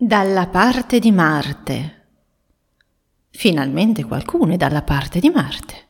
Dalla parte di Marte. Finalmente qualcuno è dalla parte di Marte.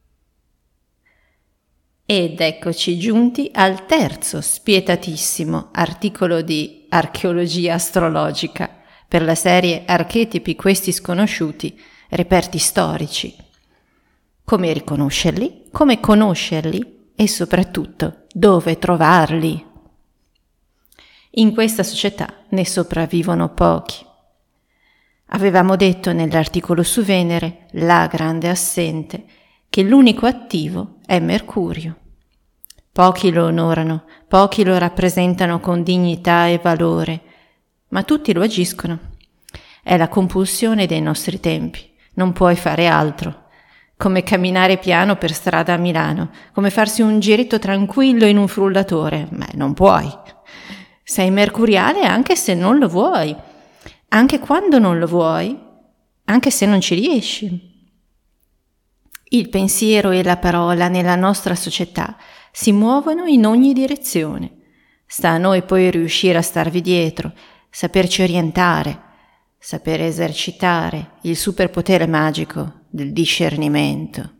Ed eccoci giunti al terzo spietatissimo articolo di archeologia astrologica per la serie Archetipi questi sconosciuti, reperti storici. Come riconoscerli, come conoscerli e soprattutto dove trovarli. In questa società ne sopravvivono pochi. Avevamo detto nell'articolo su Venere, la grande assente, che l'unico attivo è Mercurio. Pochi lo onorano, pochi lo rappresentano con dignità e valore, ma tutti lo agiscono. È la compulsione dei nostri tempi, non puoi fare altro. Come camminare piano per strada a Milano, come farsi un giretto tranquillo in un frullatore, ma non puoi. Sei mercuriale anche se non lo vuoi, anche quando non lo vuoi, anche se non ci riesci. Il pensiero e la parola nella nostra società si muovono in ogni direzione. Sta a noi poi riuscire a starvi dietro, saperci orientare, saper esercitare il superpotere magico del discernimento.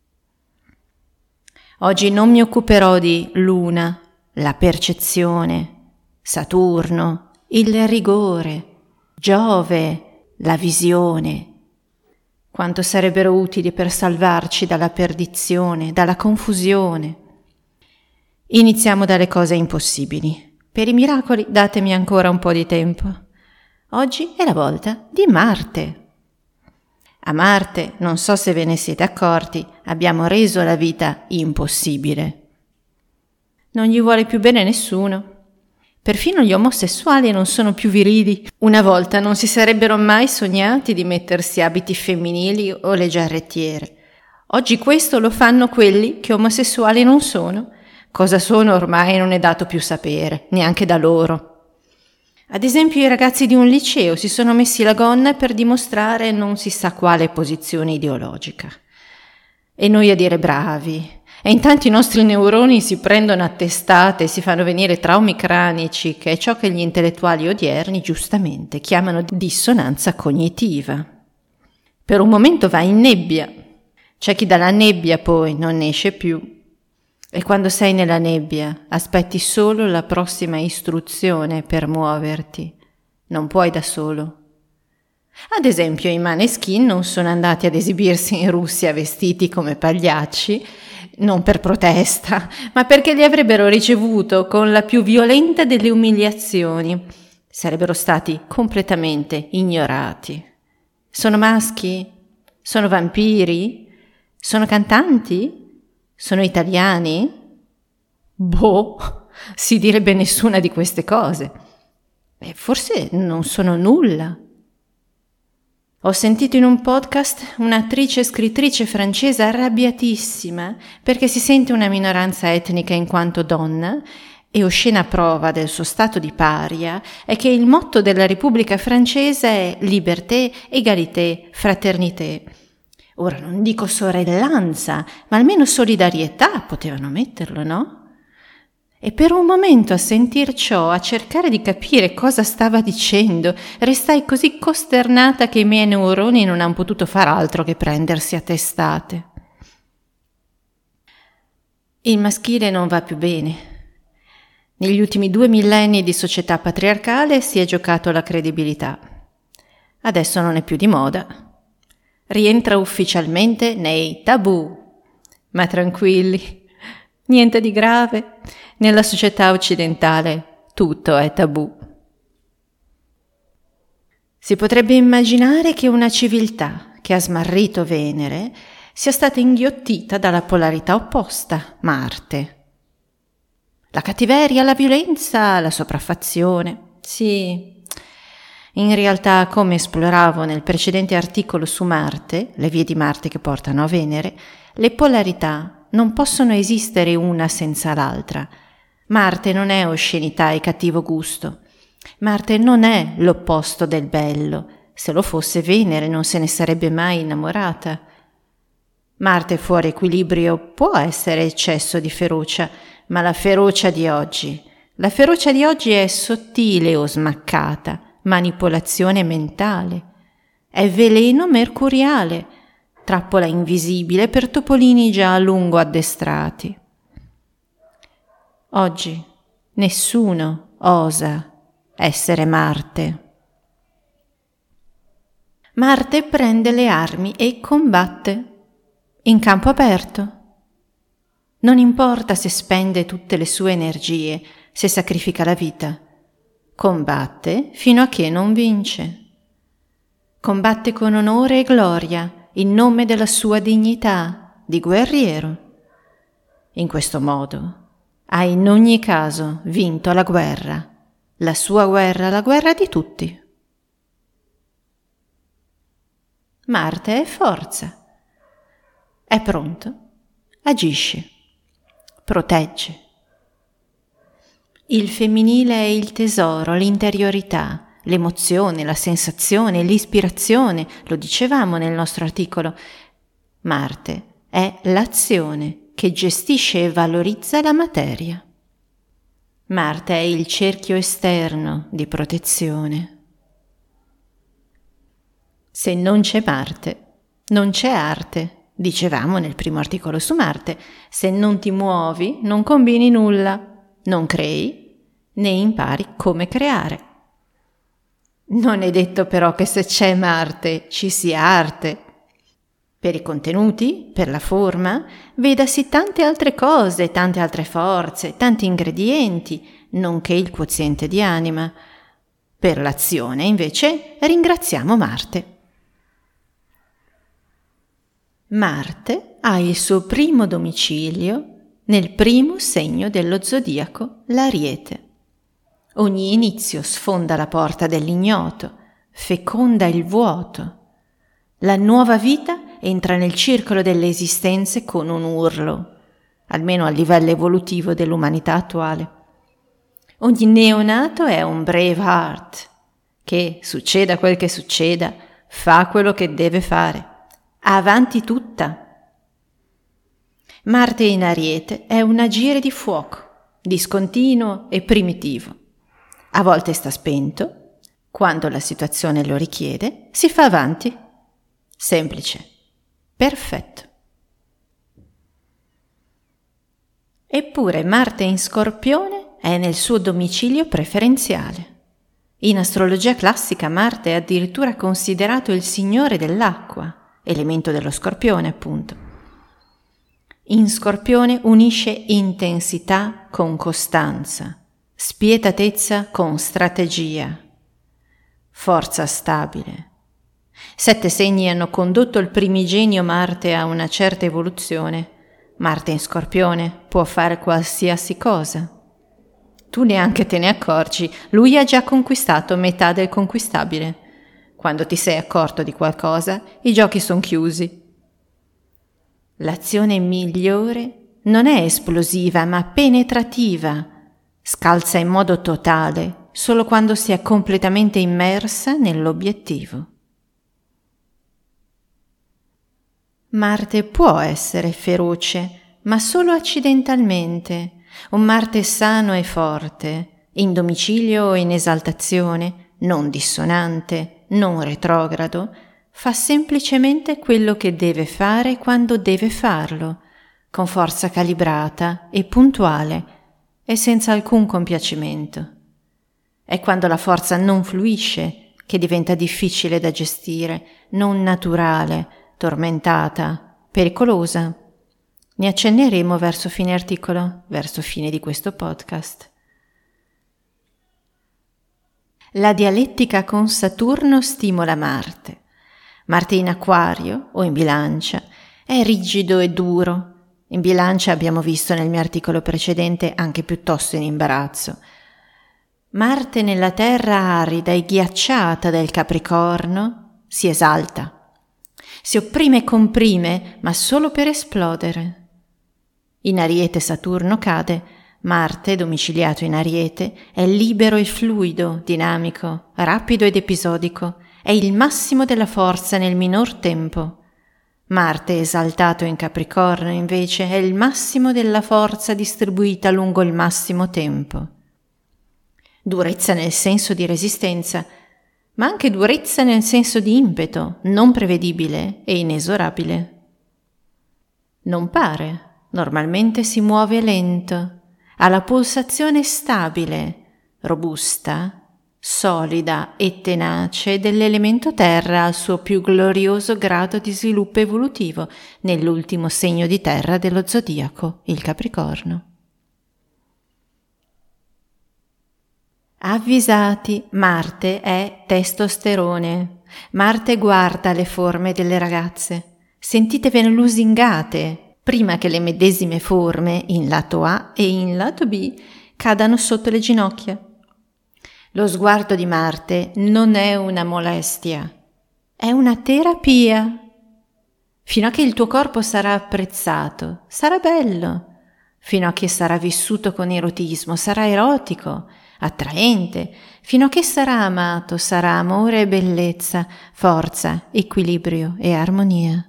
Oggi non mi occuperò di Luna, la percezione, Saturno, il rigore, Giove, la visione. Quanto sarebbero utili per salvarci dalla perdizione, dalla confusione. Iniziamo dalle cose impossibili. Per i miracoli datemi ancora un po' di tempo. Oggi è la volta di Marte. A Marte, non so se ve ne siete accorti, abbiamo reso la vita impossibile. Non gli vuole più bene nessuno. Perfino gli omosessuali non sono più virili. Una volta non si sarebbero mai sognati di mettersi abiti femminili o le giarrettiere. Oggi questo lo fanno quelli che omosessuali non sono. Cosa sono ormai non è dato più sapere, neanche da loro. Ad esempio i ragazzi di un liceo si sono messi la gonna per dimostrare non si sa quale posizione ideologica. E noi a dire bravi. E intanto i nostri neuroni si prendono a testate e si fanno venire traumi cranici, che è ciò che gli intellettuali odierni giustamente chiamano dissonanza cognitiva. Per un momento va in nebbia. C'è chi dalla nebbia poi non ne esce più. E quando sei nella nebbia aspetti solo la prossima istruzione per muoverti. Non puoi da solo. Ad esempio i Maneskin non sono andati ad esibirsi in Russia vestiti come pagliacci, non per protesta, ma perché li avrebbero ricevuto con la più violenta delle umiliazioni. Sarebbero stati completamente ignorati. Sono maschi? Sono vampiri? Sono cantanti? Sono italiani? Boh, si direbbe nessuna di queste cose. Forse non sono nulla. Ho sentito in un podcast un'attrice e scrittrice francese arrabbiatissima perché si sente una minoranza etnica in quanto donna e oscena prova del suo stato di paria è che il motto della Repubblica francese è liberté, égalité, fraternité. Ora non dico sorellanza, ma almeno solidarietà potevano metterlo, no? E per un momento a sentir ciò, a cercare di capire cosa stava dicendo, restai così costernata che i miei neuroni non hanno potuto far altro che prendersi a testate. Il maschile non va più bene. Negli ultimi 2 millenni di società patriarcale si è giocato la credibilità. Adesso non è più di moda. Rientra ufficialmente nei tabù. Ma tranquilli, niente di grave. Nella società occidentale tutto è tabù. Si potrebbe immaginare che una civiltà che ha smarrito Venere sia stata inghiottita dalla polarità opposta, Marte. La cattiveria, la violenza, la sopraffazione. Sì, in realtà, come esploravo nel precedente articolo su Marte, le vie di Marte che portano a Venere, le polarità non possono esistere una senza l'altra. Marte non è oscenità e cattivo gusto. Marte non è l'opposto del bello. Se lo fosse Venere non se ne sarebbe mai innamorata. Marte fuori equilibrio può essere eccesso di ferocia, ma la ferocia di oggi è sottile o smaccata, manipolazione mentale, è veleno mercuriale, trappola invisibile per topolini già a lungo addestrati. Oggi nessuno osa essere Marte. Marte prende le armi e combatte in campo aperto. Non importa se spende tutte le sue energie, se sacrifica la vita. Combatte fino a che non vince. Combatte con onore e gloria in nome della sua dignità di guerriero. In questo modo ha in ogni caso vinto la guerra, la sua guerra, la guerra di tutti. Marte è forza, è pronto, agisce, protegge. Il femminile è il tesoro, l'interiorità, l'emozione, la sensazione, l'ispirazione, lo dicevamo nel nostro articolo. Marte è l'azione che gestisce e valorizza la materia. Marte è il cerchio esterno di protezione. Se non c'è Marte, non c'è arte, dicevamo nel primo articolo su Marte. Se non ti muovi, non combini nulla. Non crei, né impari come creare. Non è detto però che se c'è Marte ci sia arte. Per i contenuti, per la forma, vedasi tante altre cose, tante altre forze, tanti ingredienti, nonché il quoziente di anima. Per l'azione, invece, ringraziamo Marte. Marte ha il suo primo domicilio nel primo segno dello zodiaco, l'Ariete. Ogni inizio sfonda la porta dell'ignoto, feconda il vuoto. La nuova vita entra nel circolo delle esistenze con un urlo, almeno a livello evolutivo dell'umanità attuale. Ogni neonato è un Braveheart, che, succeda quel che succeda, fa quello che deve fare. Avanti tutta! Marte in Ariete è un agire di fuoco, discontinuo e primitivo. A volte sta spento, quando la situazione lo richiede, si fa avanti. Semplice, perfetto. Eppure Marte in Scorpione è nel suo domicilio preferenziale. In astrologia classica Marte è addirittura considerato il signore dell'acqua, elemento dello Scorpione appunto. In Scorpione unisce intensità con costanza, spietatezza con strategia, forza stabile. 7 segni hanno condotto il primigenio Marte a una certa evoluzione. Marte in Scorpione può fare qualsiasi cosa. Tu neanche te ne accorgi, lui ha già conquistato metà del conquistabile. Quando ti sei accorto di qualcosa, i giochi sono chiusi. L'azione migliore non è esplosiva ma penetrativa, scalza in modo totale solo quando si è completamente immersa nell'obiettivo. Marte può essere feroce, ma solo accidentalmente. Un Marte sano e forte, in domicilio o in esaltazione, non dissonante, non retrogrado, fa semplicemente quello che deve fare quando deve farlo, con forza calibrata e puntuale e senza alcun compiacimento. È quando la forza non fluisce che diventa difficile da gestire, non naturale, tormentata, pericolosa. Ne accenneremo verso fine articolo, verso fine di questo podcast. La dialettica con Saturno stimola Marte. Marte in Acquario o in Bilancia è rigido e duro. In Bilancia abbiamo visto nel mio articolo precedente anche piuttosto in imbarazzo. Marte nella terra arida e ghiacciata del Capricorno si esalta. Si opprime e comprime, ma solo per esplodere. In Ariete Saturno cade, Marte, domiciliato in Ariete, è libero e fluido, dinamico, rapido ed episodico, è il massimo della forza nel minor tempo. Marte, esaltato in Capricorno, invece, è il massimo della forza distribuita lungo il massimo tempo. Durezza nel senso di resistenza, ma anche durezza nel senso di impeto, non prevedibile e inesorabile. Non pare, normalmente si muove lento, ha la pulsazione stabile, robusta, solida e tenace dell'elemento terra al suo più glorioso grado di sviluppo evolutivo nell'ultimo segno di terra dello zodiaco, il Capricorno. Avvisati, Marte è testosterone. Marte guarda le forme delle ragazze. Sentitevene lusingate prima che le medesime forme in lato A e in lato B cadano sotto le ginocchia. Lo sguardo di Marte non è una molestia, è una terapia. Fino a che il tuo corpo sarà apprezzato, sarà bello. Fino a che sarà vissuto con erotismo, sarà erotico, attraente. Fino a che sarà amato, sarà amore e bellezza, forza, equilibrio e armonia.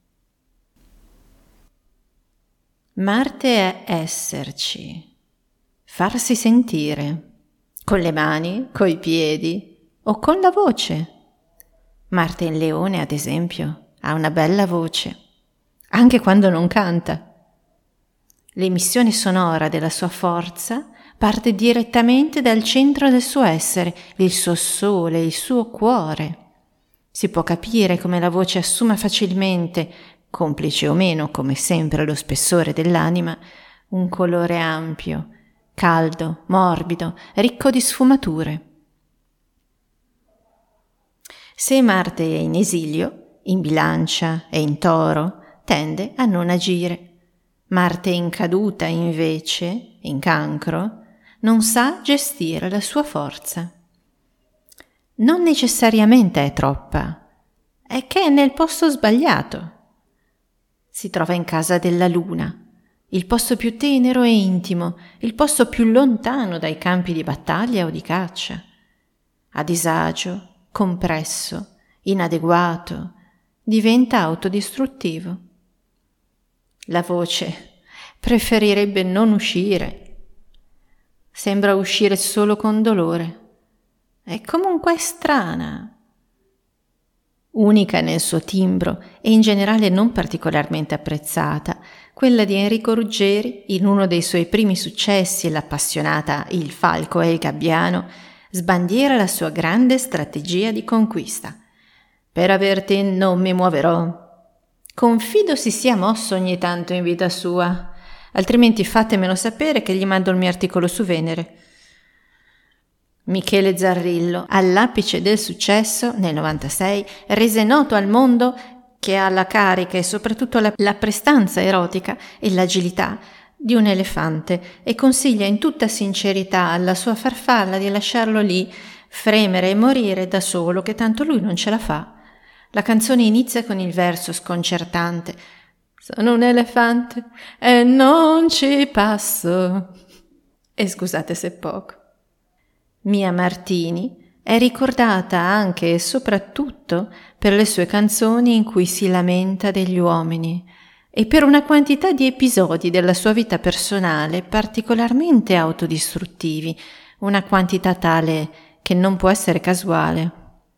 Marte è esserci, farsi sentire, con le mani, coi piedi o con la voce. Marte in Leone, ad esempio, ha una bella voce, anche quando non canta. L'emissione sonora della sua forza parte direttamente dal centro del suo essere, il suo sole, il suo cuore. Si può capire come la voce assuma facilmente, complice o meno, come sempre, lo spessore dell'anima, un colore ampio, caldo, morbido, ricco di sfumature. Se Marte è in esilio, in bilancia e in toro, tende a non agire. Marte in caduta, invece, in cancro, non sa gestire la sua forza. Non necessariamente è troppa, è che è nel posto sbagliato. Si trova in casa della Luna, il posto più tenero e intimo, il posto più lontano dai campi di battaglia o di caccia. A disagio, compresso, inadeguato, diventa autodistruttivo. La voce preferirebbe non uscire. Sembra uscire solo con dolore. È comunque strana. Unica nel suo timbro e in generale non particolarmente apprezzata, quella di Enrico Ruggeri, in uno dei suoi primi successi, l'appassionata Il falco e il gabbiano, sbandiera la sua grande strategia di conquista. Per averti non mi muoverò. Confido si sia mosso ogni tanto in vita sua, altrimenti fatemelo sapere che gli mando il mio articolo su Venere. Michele Zarrillo, all'apice del successo, nel 96, rese noto al mondo che ha la carica e soprattutto la prestanza erotica e l'agilità di un elefante e consiglia in tutta sincerità alla sua farfalla di lasciarlo lì, fremere e morire da solo, che tanto lui non ce la fa. La canzone inizia con il verso sconcertante: sono un elefante e non ci passo. E scusate se poco. Mia Martini è ricordata anche e soprattutto per le sue canzoni in cui si lamenta degli uomini e per una quantità di episodi della sua vita personale particolarmente autodistruttivi, una quantità tale che non può essere casuale.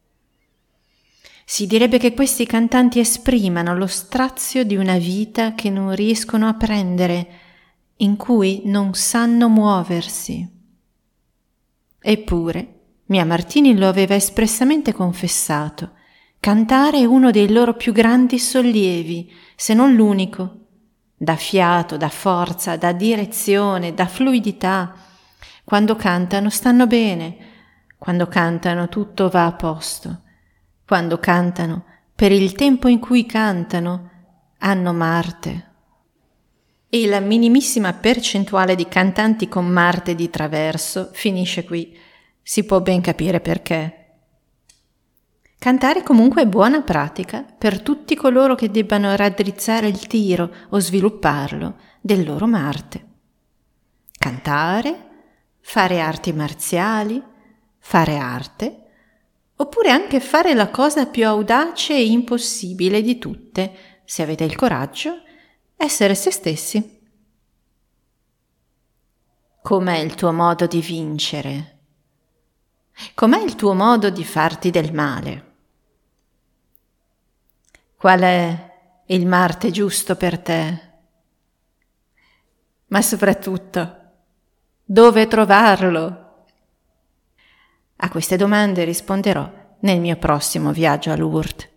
Si direbbe che questi cantanti esprimano lo strazio di una vita che non riescono a prendere, in cui non sanno muoversi. Eppure, Mia Martini lo aveva espressamente confessato. Cantare è uno dei loro più grandi sollievi, se non l'unico. Dà fiato, dà forza, dà direzione, dà fluidità. Quando cantano stanno bene, quando cantano tutto va a posto. Quando cantano, per il tempo in cui cantano, hanno Marte. E la minimissima percentuale di cantanti con Marte di traverso finisce qui. Si può ben capire perché. Cantare comunque è buona pratica per tutti coloro che debbano raddrizzare il tiro o svilupparlo del loro Marte. Cantare, fare arti marziali, fare arte, oppure anche fare la cosa più audace e impossibile di tutte, se avete il coraggio, essere se stessi. Com'è il tuo modo di vincere? Com'è il tuo modo di farti del male? Qual è il Marte giusto per te? Ma soprattutto, dove trovarlo? A queste domande risponderò nel mio prossimo viaggio a Lourdes.